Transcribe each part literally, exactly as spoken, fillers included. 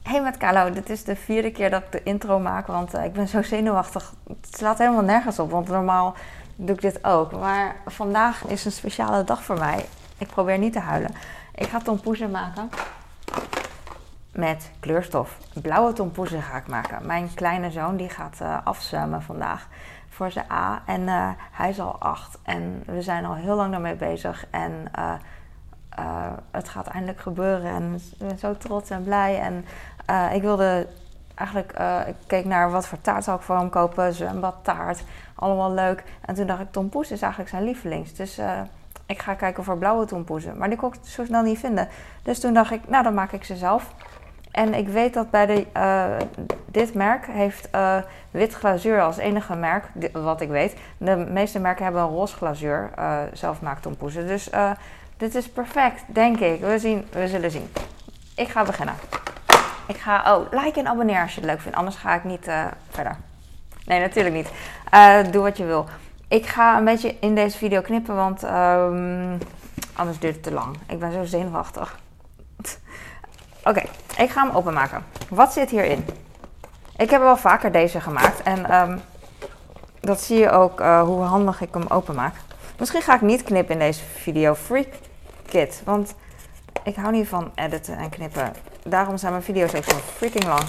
Hey met Carlo, dit is de vierde keer dat ik de intro maak, want uh, ik ben zo zenuwachtig. Het slaat helemaal nergens op, want normaal doe ik dit ook. Maar vandaag is een speciale dag voor mij. Ik probeer niet te huilen. Ik ga tompoezen maken met kleurstof. Blauwe tompoezen ga ik maken. Mijn kleine zoon die gaat uh, afzwemmen vandaag voor zijn A. En uh, hij is al acht en we zijn al heel lang daarmee bezig. En uh, uh, het gaat eindelijk gebeuren en ik ben zo trots en blij. En uh, ik wilde eigenlijk, uh, ik keek naar wat voor taart zou ik voor hem kopen. Zwembadtaart, allemaal leuk. En toen dacht ik, tompoes is eigenlijk zijn lievelings. Dus uh, ik ga kijken voor blauwe tompoezen. Maar die kon ik zo snel niet vinden. Dus toen dacht ik, nou dan maak ik ze zelf. En ik weet dat bij de, uh, dit merk heeft uh, wit glazuur als enige merk, wat ik weet. De meeste merken hebben een roze glazuur, uh, zelfmaaktompoezen. Dus uh, dit is perfect, denk ik. We, zien, we zullen zien. Ik ga beginnen. Ik ga, oh, like en abonneer als je het leuk vindt. Anders ga ik niet uh, verder. Nee, natuurlijk niet. Uh, doe wat je wil. Ik ga een beetje in deze video knippen, want um, anders duurt het te lang. Ik ben zo zenuwachtig. Oké, okay, ik ga hem openmaken. Wat zit hierin? Ik heb wel vaker deze gemaakt. En um, dat zie je ook uh, hoe handig ik hem openmaak. Misschien ga ik niet knippen in deze video. Freak Kit. Want ik hou niet van editen en knippen. Daarom zijn mijn video's ook zo freaking lang.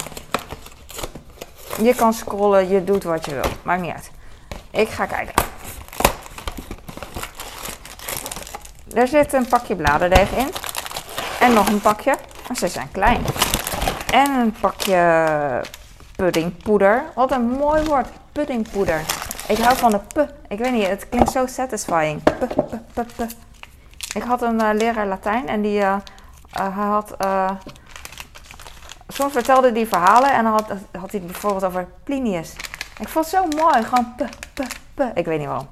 Je kan scrollen, je doet wat je wil. Maakt niet uit. Ik ga kijken. Er zit een pakje bladerdeeg in. En nog een pakje. Maar ze zijn klein. En een pakje puddingpoeder. Wat een mooi woord. Puddingpoeder. Ik hou van de p. Ik weet niet, het klinkt zo satisfying. P, p, p, p. Ik had een uh, leraar Latijn en die uh, uh, hij had... Uh, soms vertelde hij verhalen en dan had, had hij het bijvoorbeeld over Plinius. Ik vond het zo mooi. Gewoon p, p, p. Ik weet niet waarom.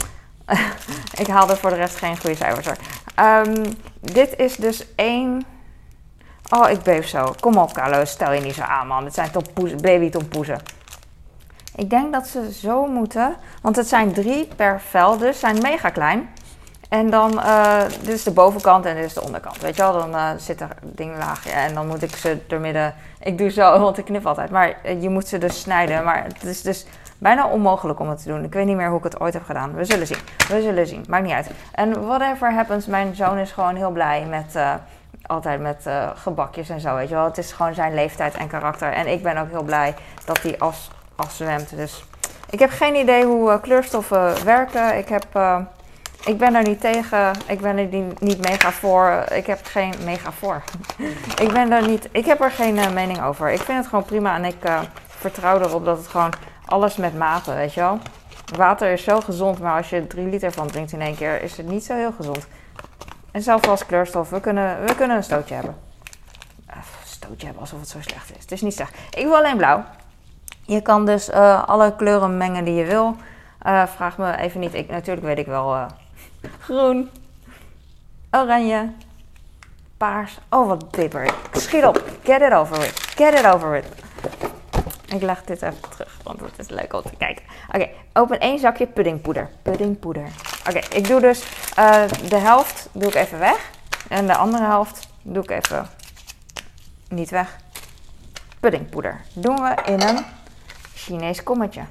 Ik haalde voor de rest geen goede cijfers hoor. Um, dit is dus één... Oh, ik beef zo. Kom op, Carlo. Stel je niet zo aan, man. Het zijn baby tompoezen. Ik denk dat ze zo moeten. Want het zijn drie per vel, dus zijn mega klein. En dan, uh, dit is de bovenkant en dit is de onderkant. Weet je wel, dan uh, zit er een dinglaagje en dan moet ik ze er midden... Ik doe zo, want ik knip altijd. Maar uh, je moet ze dus snijden. Maar het is dus bijna onmogelijk om het te doen. Ik weet niet meer hoe ik het ooit heb gedaan. We zullen zien. We zullen zien. Maakt niet uit. En whatever happens, mijn zoon is gewoon heel blij met... Uh, Altijd met uh, gebakjes en zo, weet je wel. Het is gewoon zijn leeftijd en karakter. En ik ben ook heel blij dat hij als, als zwemt. Dus ik heb geen idee hoe uh, kleurstoffen werken. Ik, heb, uh, ik ben er niet tegen. Ik ben er niet, niet mega voor. Ik heb geen mega voor. ik ben er niet. Ik heb er geen uh, mening over. Ik vind het gewoon prima en ik uh, vertrouw erop dat het gewoon alles met mate, weet je wel. Water is zo gezond, maar als je drie liter van drinkt in één keer, is het niet zo heel gezond. En zelfs als kleurstof, we kunnen, we kunnen een stootje hebben. Een stootje hebben alsof het zo slecht is. Het is niet slecht. Ik wil alleen blauw. Je kan dus uh, alle kleuren mengen die je wil. Uh, vraag me even niet. Ik, natuurlijk weet ik wel. Uh, groen. Oranje. Paars. Oh, wat bibber. Schiet op. Get it over with. Get it over with. Ik leg dit even terug, want het is leuk om te kijken. Oké, okay, open één zakje puddingpoeder. Puddingpoeder. Oké, okay, ik doe dus uh, de helft doe ik even weg. En de andere helft doe ik even niet weg. Puddingpoeder doen we in een Chinees kommetje.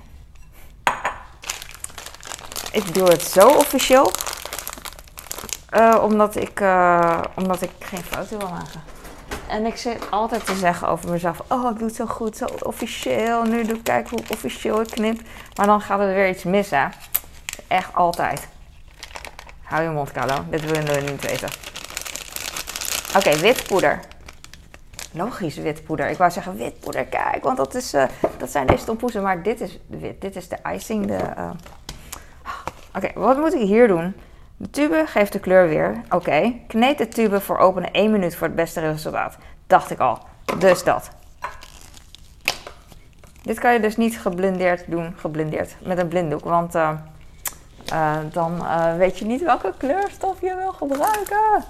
Ik doe het zo officieel. Uh, omdat, ik, uh, omdat ik geen fouten wil maken. En ik zit altijd te zeggen over mezelf, oh ik doe het zo goed, zo officieel. Nu doe ik, kijk hoe officieel ik knip. Maar dan gaat er weer iets mis, hè. Echt altijd. Hou je mond, Carlo. Dit willen we niet weten. Oké, okay, witpoeder. Logisch, witpoeder. Ik wou zeggen witpoeder, kijk, want dat, is, uh, dat zijn deze tompoezen. Maar dit is wit. Dit is de icing. De, uh... Oké, okay, wat moet ik hier doen? De tube geeft de kleur weer. Oké, okay. Kneed de tube voor openen één minuut voor het beste resultaat. Dacht ik al. Dus dat. Dit kan je dus niet geblindeerd doen. Geblindeerd. Met een blinddoek. Want uh, uh, dan uh, weet je niet welke kleurstof je wil gebruiken.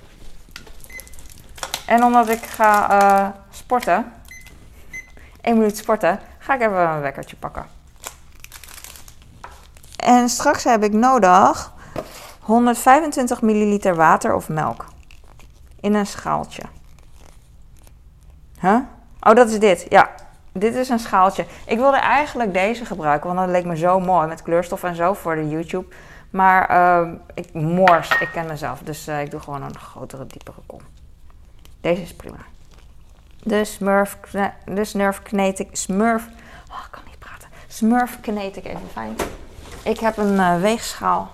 En omdat ik ga uh, sporten. één minuut sporten. Ga ik even een wekkertje pakken. En straks heb ik nodig... honderdvijfentwintig milliliter water of melk. In een schaaltje. Huh? Oh, dat is dit. Ja, dit is een schaaltje. Ik wilde eigenlijk deze gebruiken, want dat leek me zo mooi met kleurstof en zo voor de YouTube. Maar uh, ik mors, ik ken mezelf, dus uh, ik doe gewoon een grotere, diepere kom. Deze is prima. De Smurf, de Smurf kneed ik, Smurf, oh, ik kan niet praten. Smurf kneed ik even fijn. Ik heb een uh, weegschaal.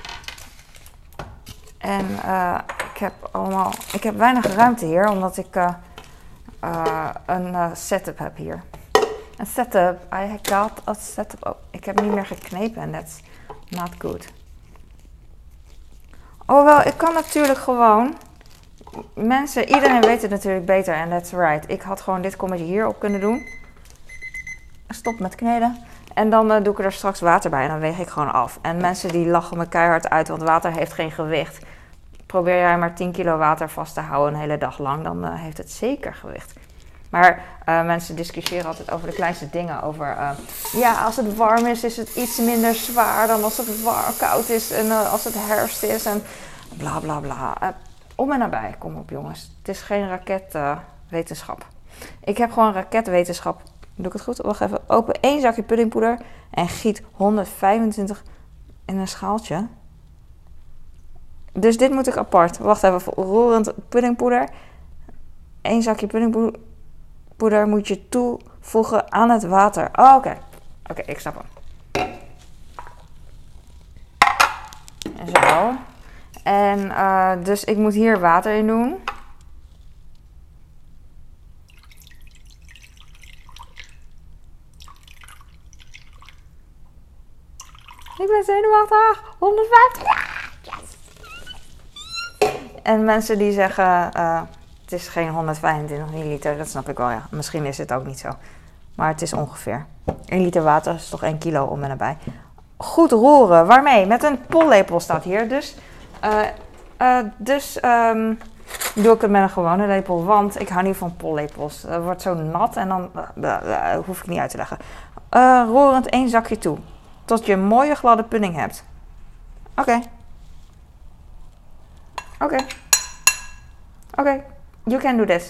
En uh, ik heb allemaal, ik heb weinig ruimte hier, omdat ik uh, uh, een uh, setup heb hier. Een setup, I got a setup. Oh, ik heb niet meer geknepen en that's not good. Oh wel, ik kan natuurlijk gewoon, mensen, iedereen weet het natuurlijk beter en that's right. Ik had gewoon dit kommetje hierop kunnen doen. Stop met kneden. En dan uh, doe ik er straks water bij en dan weeg ik gewoon af. En mensen die lachen me keihard uit, want water heeft geen gewicht. Probeer jij maar tien kilo water vast te houden een hele dag lang, dan uh, heeft het zeker gewicht. Maar uh, mensen discussiëren altijd over de kleinste dingen. Over, uh, ja, als het warm is, is het iets minder zwaar dan als het warm, koud is en uh, als het herfst is en bla bla bla. Uh, om en nabij, kom op jongens. Het is geen raketwetenschap. Uh, ik heb gewoon raketwetenschap. Doe ik het goed? Wacht even. Open één zakje puddingpoeder en giet honderdvijfentwintig in een schaaltje. Dus dit moet ik apart. Wacht even. Roerend puddingpoeder. Eén zakje puddingpoeder moet je toevoegen aan het water. Oh, oké. Okay. Oké, okay, ik snap hem. Zo. En uh, dus ik moet hier water in doen. Ik ben zenuwachtig. honderdvijftig. Ja, yes. En mensen die zeggen, uh, het is geen honderdvijfentwintig milliliter. Dat snap ik wel, ja. Misschien is het ook niet zo. Maar het is ongeveer. één liter water is toch één kilo om en nabij. Goed roeren. Waarmee? Met een pollepel staat hier. Dus, uh, uh, dus um, doe ik het met een gewone lepel. Want ik hou niet van pollepels. Het wordt zo nat en dan uh, uh, uh, hoef ik niet uit te leggen. Uh, roerend één zakje toe. Tot je een mooie gladde pudding hebt. Oké. Okay. Oké. Okay. Oké. Okay. You can do this.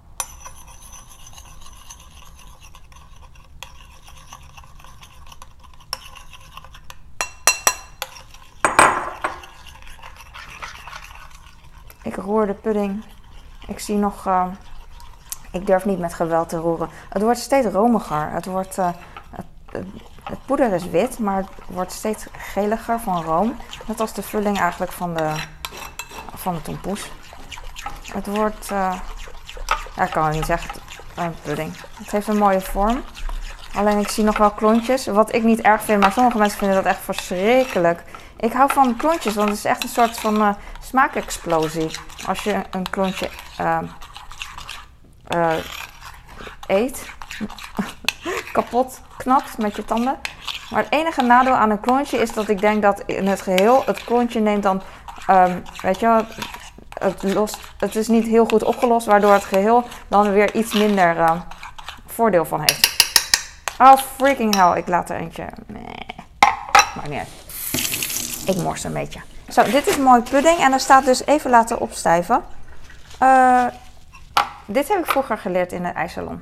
Ik roer de pudding. Ik zie nog... Uh, ik durf niet met geweld te roeren. Het wordt steeds romiger. Het wordt... Uh, het, het, Het poeder is wit, maar het wordt steeds geliger van room. Net als de vulling eigenlijk van de, van de tompoes. Het wordt, uh, ja, ik kan het niet zeggen, een pudding. Het heeft een mooie vorm. Alleen ik zie nog wel klontjes, wat ik niet erg vind, maar sommige mensen vinden dat echt verschrikkelijk. Ik hou van klontjes, want het is echt een soort van uh, smaakexplosie. Als je een klontje uh, uh, eet. Kapot knapt met je tanden. Maar het enige nadeel aan een klontje is dat ik denk dat in het geheel het klontje neemt dan, um, weet je wel, het, lost, het is niet heel goed opgelost, waardoor het geheel dan weer iets minder uh, voordeel van heeft. Oh freaking hell, ik laat er eentje, nee, maakt niet uit. Ik mors een beetje. Zo, dit is mooi pudding en er staat dus even laten opstijven. Uh, dit heb ik vroeger geleerd in de ijssalon.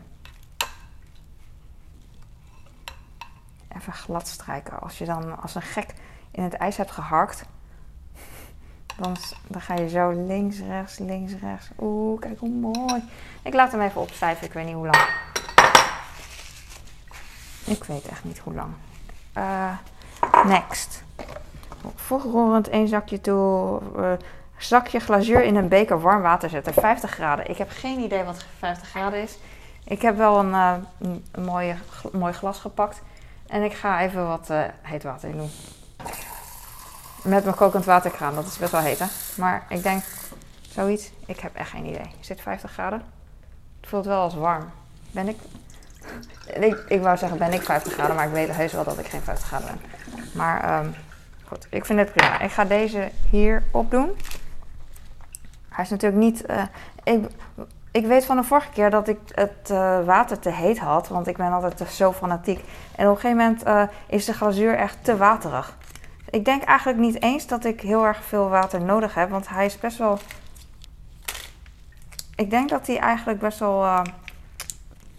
Even glad strijken. Als je dan als een gek in het ijs hebt geharkt, dan, dan ga je zo links, rechts, links, rechts. Oeh, kijk hoe mooi. Ik laat hem even opstijven. Ik weet niet hoe lang. Ik weet echt niet hoe lang. Uh, next. Vroegrorend één zakje toe. Uh, zakje glazuur in een beker warm water zetten. vijftig graden. Ik heb geen idee wat vijftig graden is. Ik heb wel een, uh, een, een mooie, mooi glas gepakt. En ik ga even wat uh, heet water in doen. Met mijn kokend waterkraan. Dat is best wel heet, hè. Maar ik denk, zoiets. Ik heb echt geen idee. Is dit vijftig graden? Het voelt wel als warm. Ben ik... ik, ik wou zeggen, ben ik vijftig graden. Maar ik weet heus wel dat ik geen vijftig graden ben. Maar um, goed, ik vind het prima. Ik ga deze hier op doen. Hij is natuurlijk niet... Uh, ik, Ik weet van de vorige keer dat ik het uh, water te heet had, want ik ben altijd zo fanatiek. En op een gegeven moment uh, is de glazuur echt te waterig. Ik denk eigenlijk niet eens dat ik heel erg veel water nodig heb, want hij is best wel... Ik denk dat hij eigenlijk best wel uh,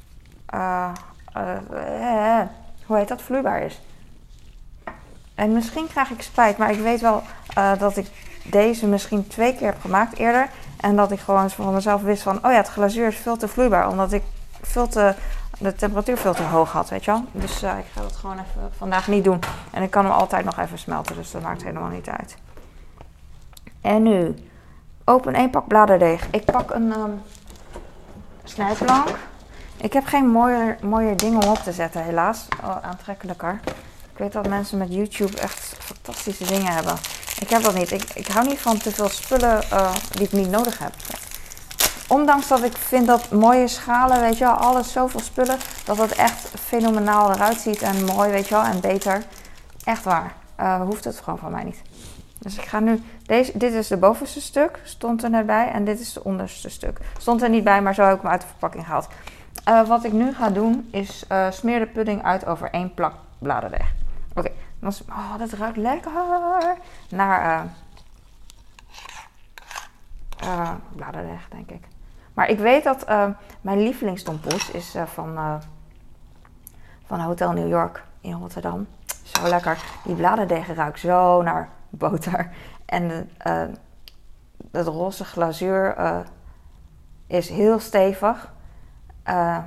uh, uh, uh, hoe heet dat, vloeibaar is. En misschien krijg ik spijt, maar ik weet wel uh, dat ik deze misschien twee keer heb gemaakt eerder. En dat ik gewoon van mezelf wist van, oh ja, het glazuur is veel te vloeibaar. Omdat ik veel te, de temperatuur veel te hoog had, weet je wel. Dus uh, ik ga dat gewoon even vandaag niet doen. En ik kan hem altijd nog even smelten, dus dat maakt helemaal niet uit. En nu, open één pak bladerdeeg. Ik pak een um, snijplank. Ik heb geen mooier, mooier ding om op te zetten, helaas. Oh, aantrekkelijker. Ik weet dat mensen met YouTube echt fantastische dingen hebben. Ik heb dat niet. Ik, ik hou niet van te veel spullen uh, die ik niet nodig heb. Ondanks dat ik vind dat mooie schalen, weet je wel, alles, zoveel spullen, dat het echt fenomenaal eruit ziet en mooi, weet je wel, en beter. Echt waar. Uh, hoeft het gewoon van mij niet. Dus ik ga nu, deze, dit is de bovenste stuk, stond er net bij, en dit is de onderste stuk. Stond er niet bij, maar zo heb ik hem uit de verpakking gehaald. Uh, wat ik nu ga doen, is uh, smeer de pudding uit over één plak bladerdeeg. Oké, okay. Oh, dat ruikt lekker naar uh, uh, bladerdeeg, denk ik. Maar ik weet dat uh, mijn lievelingstompoes is uh, van, uh, van Hotel New York in Rotterdam. Zo lekker. Die bladerdeeg ruikt zo naar boter. En uh, het roze glazuur uh, is heel stevig. Uh,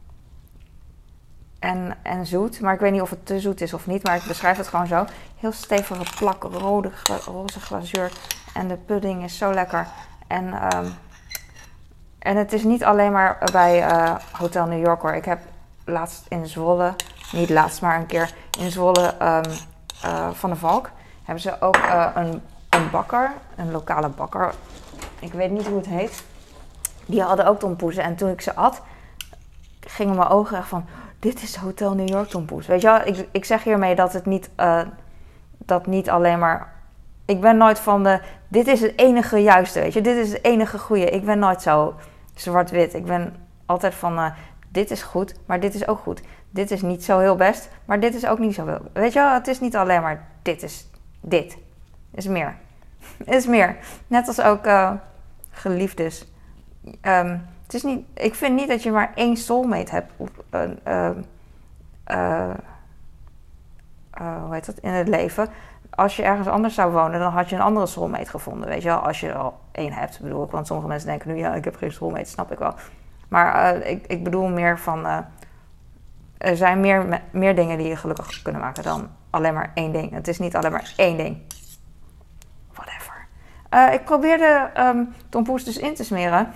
En, en zoet, maar ik weet niet of het te zoet is of niet, maar ik beschrijf het gewoon zo. Heel stevige plak rode, roze glazuur en de pudding is zo lekker. En, um, en het is niet alleen maar bij uh, Hotel New York hoor. Ik heb laatst in Zwolle, niet laatst, maar een keer in Zwolle um, uh, van de Valk, hebben ze ook uh, een, een bakker, een lokale bakker. Ik weet niet hoe het heet. Die hadden ook tompoezen en toen ik ze at, gingen mijn ogen echt van, dit is Hotel New York tompoes. Weet je wel, ik, ik zeg hiermee dat het niet, uh, dat niet alleen maar... Ik ben nooit van de, dit is het enige juiste, weet je. Dit is het enige goede. Ik ben nooit zo zwart-wit. Ik ben altijd van, uh, dit is goed, maar dit is ook goed. Dit is niet zo heel best, maar dit is ook niet zo heel... Weet je wel, het is niet alleen maar, dit is dit. Het is meer. Het is meer. Net als ook uh, geliefdes. Um, Het is niet, ik vind niet dat je maar één soulmate hebt op, uh, uh, uh, uh, hoe heet dat, in het leven. Als je ergens anders zou wonen, dan had je een andere soulmate gevonden. Weet je wel, als je er al één hebt, bedoel ik. Want sommige mensen denken nu, ja, ik heb geen soulmate, snap ik wel. Maar uh, ik, ik bedoel meer van, uh, er zijn meer, meer dingen die je gelukkig kunnen maken dan alleen maar één ding. Het is niet alleen maar één ding. Whatever. Uh, ik probeerde um, tompoes dus in te smeren.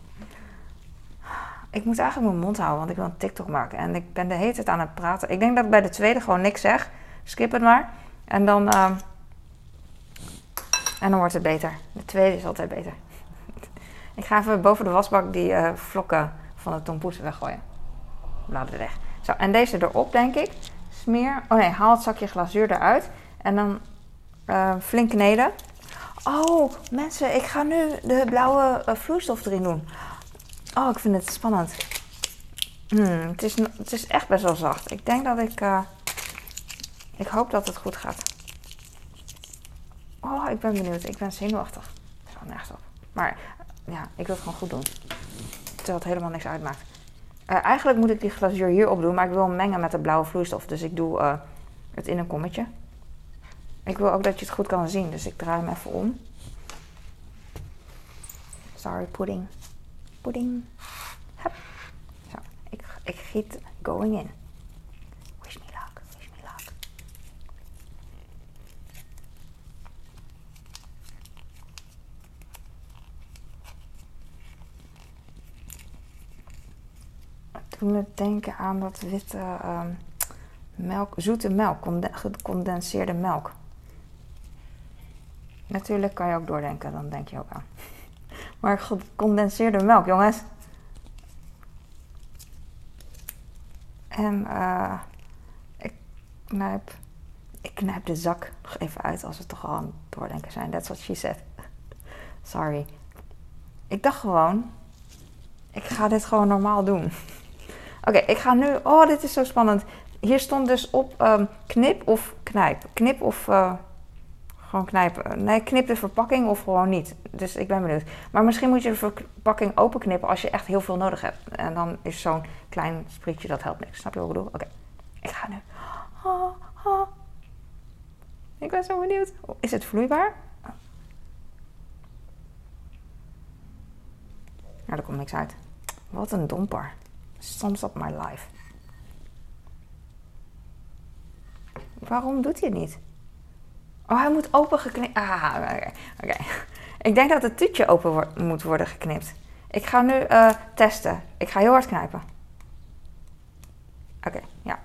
Ik moet eigenlijk mijn mond houden, want ik wil een TikTok maken. En ik ben de hele tijd aan het praten. Ik denk dat ik bij de tweede gewoon niks zeg. Skip het maar. En dan, uh, en dan wordt het beter. De tweede is altijd beter. Ik ga even boven de wasbak die uh, vlokken van de tompoes weggooien. Laat het weg. Zo, en deze erop, denk ik. Smeer. Oh nee, haal het zakje glazuur eruit. En dan uh, flink kneden. Oh, mensen, ik ga nu de blauwe uh, vloeistof erin doen. Oh, ik vind het spannend. Hmm, het, is, het is echt best wel zacht. Ik denk dat ik... Uh, ik hoop dat het goed gaat. Oh, ik ben benieuwd. Ik ben zenuwachtig. Dat is wel nergens op. Maar ja, ik wil het gewoon goed doen. Terwijl het helemaal niks uitmaakt. Uh, eigenlijk moet ik die glazuur hierop doen, maar ik wil hem mengen met de blauwe vloeistof. Dus ik doe uh, het in een kommetje. Ik wil ook dat je het goed kan zien, dus ik draai hem even om. Sorry, pudding. Pudding. Hup. Zo, ik, ik giet going in. Wish me luck, wish me luck. Het doet me denken aan dat witte um, melk, zoete melk, gecondenseerde melk. Natuurlijk kan je ook doordenken, dan denk je ook aan. Maar gecondenseerde melk, jongens. En uh, ik knijp, ik knijp de zak nog even uit als we toch al aan het doordenken zijn. That's what she said. Sorry. Ik dacht gewoon, ik ga dit gewoon normaal doen. Oké, okay, ik ga nu, oh dit is zo spannend. Hier stond dus op um, knip of knijp. Knip of uh, Gewoon knijpen. Nee, knip de verpakking of gewoon niet. Dus ik ben benieuwd. Maar misschien moet je de verpakking openknippen als je echt heel veel nodig hebt. En dan is zo'n klein sprietje, dat helpt niks. Snap je wat ik bedoel? Oké, okay. Ik ga nu. Oh, oh. Ik ben zo benieuwd. Is het vloeibaar? Oh. Nou, er komt niks uit. Wat een domper. Sums up my life. Waarom doet hij het niet? Oh, hij moet open geknipt. Ah, oké. Okay. Okay. Ik denk dat het tuutje open wo- moet worden geknipt. Ik ga nu uh, testen. Ik ga heel hard knijpen. Oké, okay, ja.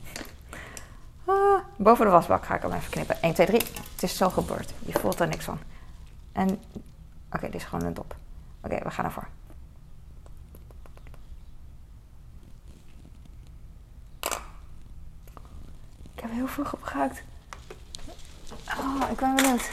Ah, boven de wasbak ga ik hem even knippen. één, twee, drie. Het is zo gebeurd. Je voelt er niks van. En... Oké, okay, dit is gewoon een dop. Oké, okay, we gaan ervoor. Ik heb heel veel gebruikt. Oh, ik ben benieuwd.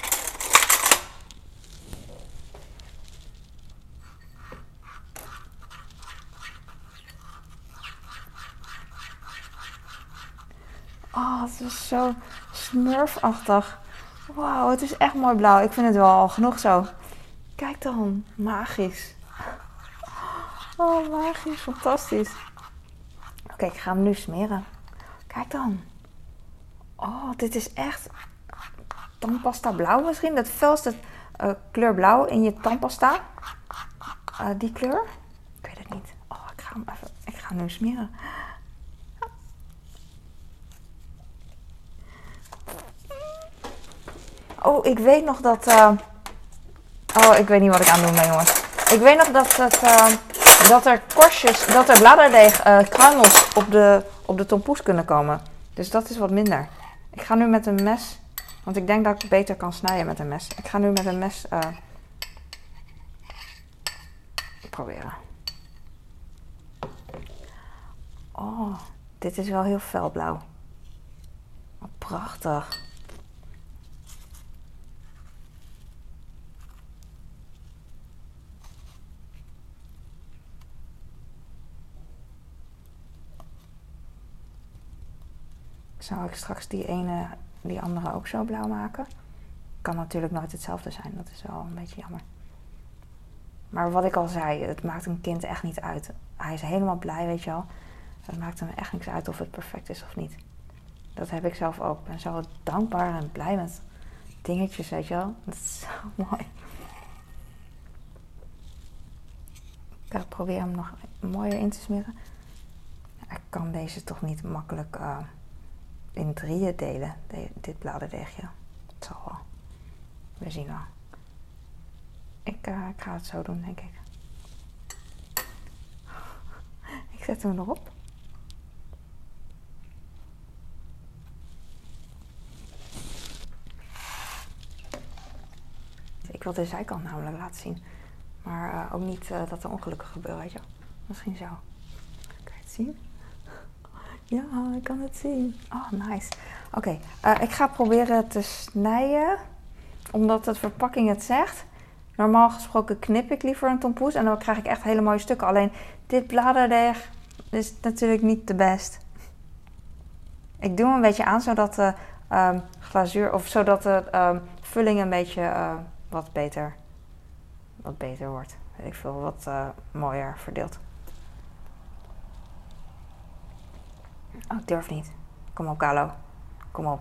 Oh, het is zo smurfachtig. Wauw, het is echt mooi blauw. Ik vind het wel al genoeg zo. Kijk dan, magisch. Oh, magisch, fantastisch. Oké, okay, ik ga hem nu smeren. Kijk dan. Oh, dit is echt tandpasta blauw misschien. Dat felste uh, kleur blauw in je tandpasta. Uh, die kleur. Ik weet het niet. Oh, ik ga hem even. Ik ga hem nu smeren. Oh, ik weet nog dat... Uh... Oh, ik weet niet wat ik aan doe, nee jongens. Ik weet nog dat, het, uh, dat er korstjes, dat er bladerdeeg uh, kruimels op de, op de tompoes kunnen komen. Dus dat is wat minder. Ik ga nu met een mes, want ik denk dat ik beter kan snijden met een mes. Ik ga nu met een mes uh, proberen. Oh, dit is wel heel felblauw. Wat prachtig. Zou ik straks die ene, die andere ook zo blauw maken? Kan natuurlijk nooit hetzelfde zijn, dat is wel een beetje jammer. Maar wat ik al zei, het maakt een kind echt niet uit. Hij is helemaal blij, weet je wel. Het maakt hem echt niks uit of het perfect is of niet. Dat heb ik zelf ook. Ik ben zo dankbaar en blij met dingetjes, weet je wel. Dat is zo mooi. Ik ga proberen hem nog mooier in te smeren. Ik kan deze toch niet makkelijk... Uh, in drieën delen, de, dit bladerdeegje. Het zal wel. We zien wel. Ik, uh, ik ga het zo doen, denk ik. Ik zet hem erop. Ik wil de zijkant namelijk laten zien. Maar uh, ook niet uh, dat er ongelukken gebeuren, weet je. Misschien zo. Kan je het zien? Ja, ik kan het zien. Oh, nice. Oké, okay, uh, ik ga proberen te snijden. Omdat de verpakking het zegt. Normaal gesproken knip ik liever een tompoes. En dan krijg ik echt hele mooie stukken. Alleen dit bladerdeeg is natuurlijk niet de best. Ik doe hem een beetje aan. Zodat de um, glazuur. Of zodat de um, vulling een beetje uh, wat beter. Wat beter wordt. Weet ik veel. Wat uh, mooier verdeeld. Oh, ik durf niet. Kom op, Carlo. Kom op.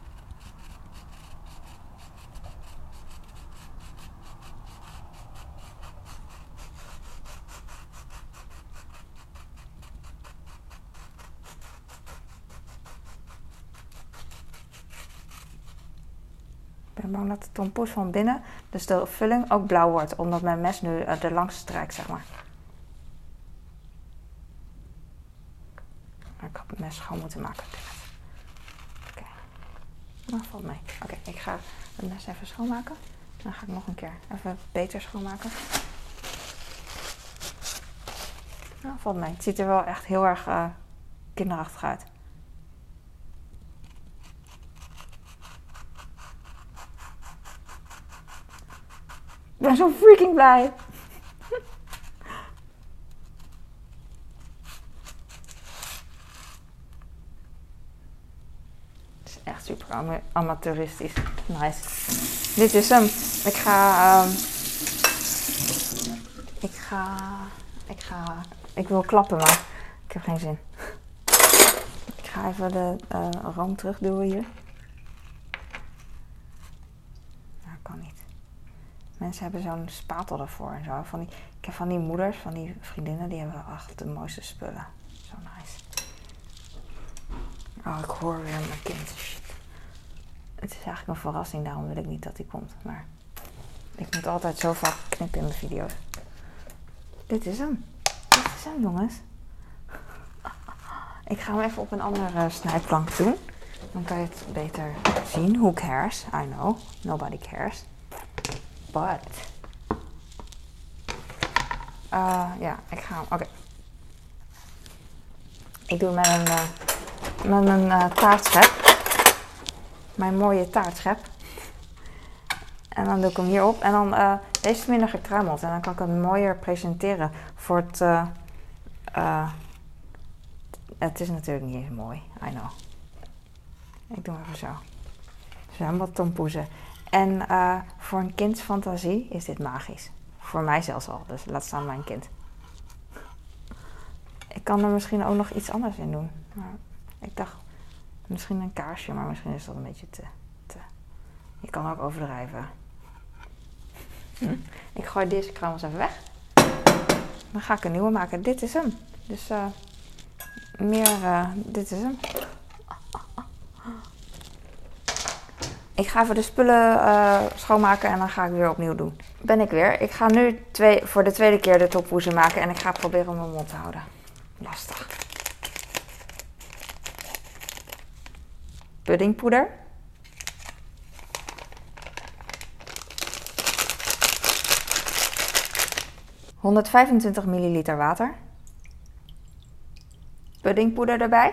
Ik ben bang dat de tompoes van binnen, dus de vulling, ook blauw wordt. Omdat mijn mes nu uh, er langs strijkt, zeg maar. Ik had het mes schoon moeten maken. Oké. Okay. Nou, valt mee. Oké, okay, ik ga het mes even schoonmaken. Dan ga ik nog een keer even beter schoonmaken. Nou, valt mee. Het ziet er wel echt heel erg uh, kinderachtig uit. Ik ben zo freaking blij. echt super ama amateuristisch. Nice. Dit is hem. Ik ga... Um, ik ga... Ik ga... Ik wil klappen, maar ik heb geen zin. Ik ga even de uh, room terugduwen hier. Nou, kan niet. Mensen hebben zo'n spatel ervoor en zo. Van die, ik heb van die moeders, van die vriendinnen, die hebben echt de mooiste spullen. Zo nice. Oh, ik hoor weer mijn kind. Shit. Het is eigenlijk een verrassing, daarom wil ik niet dat hij komt. Maar ik moet altijd zo vaak knippen in mijn video's. Dit is hem. Dit is hem, jongens. Ik ga hem even op een andere snijplank doen. Dan kan je het beter zien. Who cares? I know. Nobody cares. But... Uh, ja, ik ga hem... Oké. Okay. Ik doe het met een, uh, met een uh, taartschep. Mijn mooie taartschep. En dan doe ik hem hierop. En dan... Uh, deze is minder gekruimeld. En dan kan ik hem mooier presenteren voor het... Uh, uh, het is natuurlijk niet eens mooi. I know. Ik doe hem even zo. Zo helemaal tompoezen. En uh, voor een kindsfantasie is dit magisch. Voor mij zelfs al. Dus laat staan mijn kind. Ik kan er misschien ook nog iets anders in doen. Maar ik dacht misschien een kaarsje. Maar misschien is dat een beetje te... te. Je kan ook overdrijven. Hm. Ik gooi deze kruimels even weg. Dan ga ik een nieuwe maken. Dit is hem. Dus uh, meer... Uh, dit is hem. Ik ga even de spullen uh, schoonmaken en dan ga ik weer opnieuw doen. Ben ik weer. Ik ga nu twee, voor de tweede keer de tompoezen maken en ik ga proberen mijn mond te houden. Lastig. Puddingpoeder. honderdvijfentwintig milliliter water. Puddingpoeder erbij.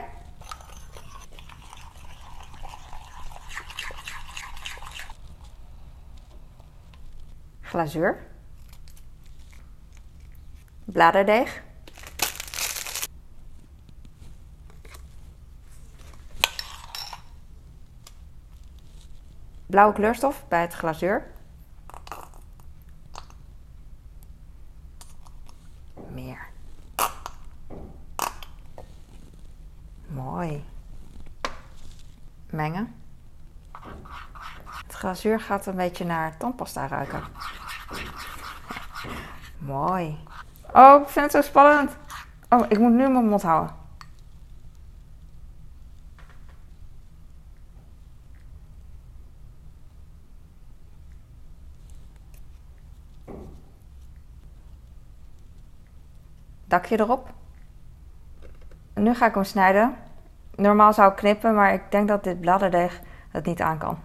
Glazuur. Bladerdeeg. Blauwe kleurstof bij het glazuur. Meer. Mooi. Mengen. Het glazuur gaat een beetje naar tandpasta ruiken. Mooi. Oh, ik vind het zo spannend. Oh, ik moet nu mijn mond houden. Dakje erop. Nu ga ik hem snijden. Normaal zou ik knippen, maar ik denk dat dit bladerdeeg het niet aan kan.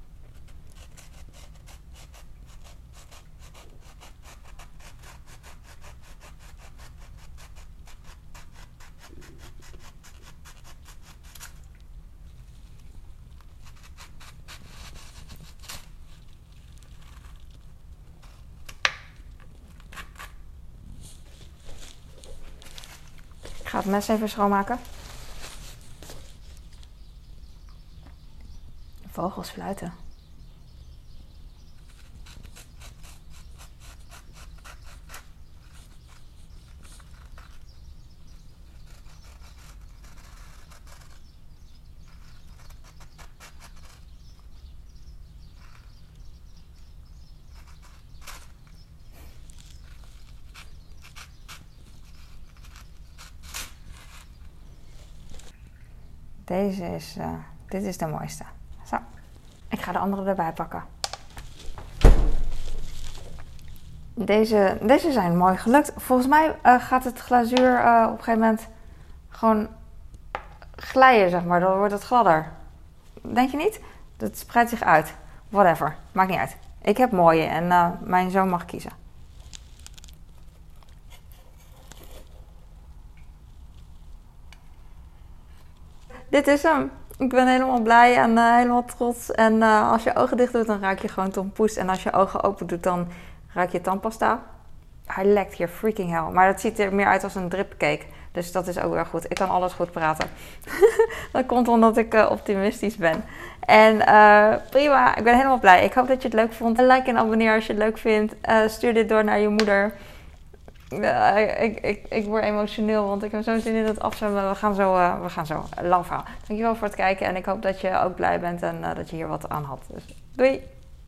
Ik ga het mes even schoonmaken. Vogels fluiten. Deze is, uh, dit is de mooiste. Zo, ik ga de andere erbij pakken. Deze, deze zijn mooi gelukt. Volgens mij uh, gaat het glazuur uh, op een gegeven moment gewoon glijden, zeg maar. Dan wordt het gladder. Denk je niet? Dat spreidt zich uit. Whatever, maakt niet uit. Ik heb mooie en uh, mijn zoon mag kiezen. Dit is hem. Ik ben helemaal blij en uh, helemaal trots. En uh, als je ogen dicht doet, dan ruik je gewoon tompoes. En als je ogen open doet, dan ruik je tandpasta. hij lekt hier freaking hell. Maar het ziet er meer uit als een dripcake. Dus dat is ook wel goed. Ik kan alles goed praten. Dat komt omdat ik uh, optimistisch ben. En uh, prima, ik ben helemaal blij. Ik hoop dat je het leuk vond. Like en abonneer als je het leuk vindt. Uh, stuur dit door naar je moeder. Uh, ik, ik, ik word emotioneel, want ik heb zo zin in het afzwemmen. We gaan zo, uh, we gaan zo. Lang verhaal. Dankjewel voor het kijken. En ik hoop dat je ook blij bent en uh, dat je hier wat aan had. Dus doei!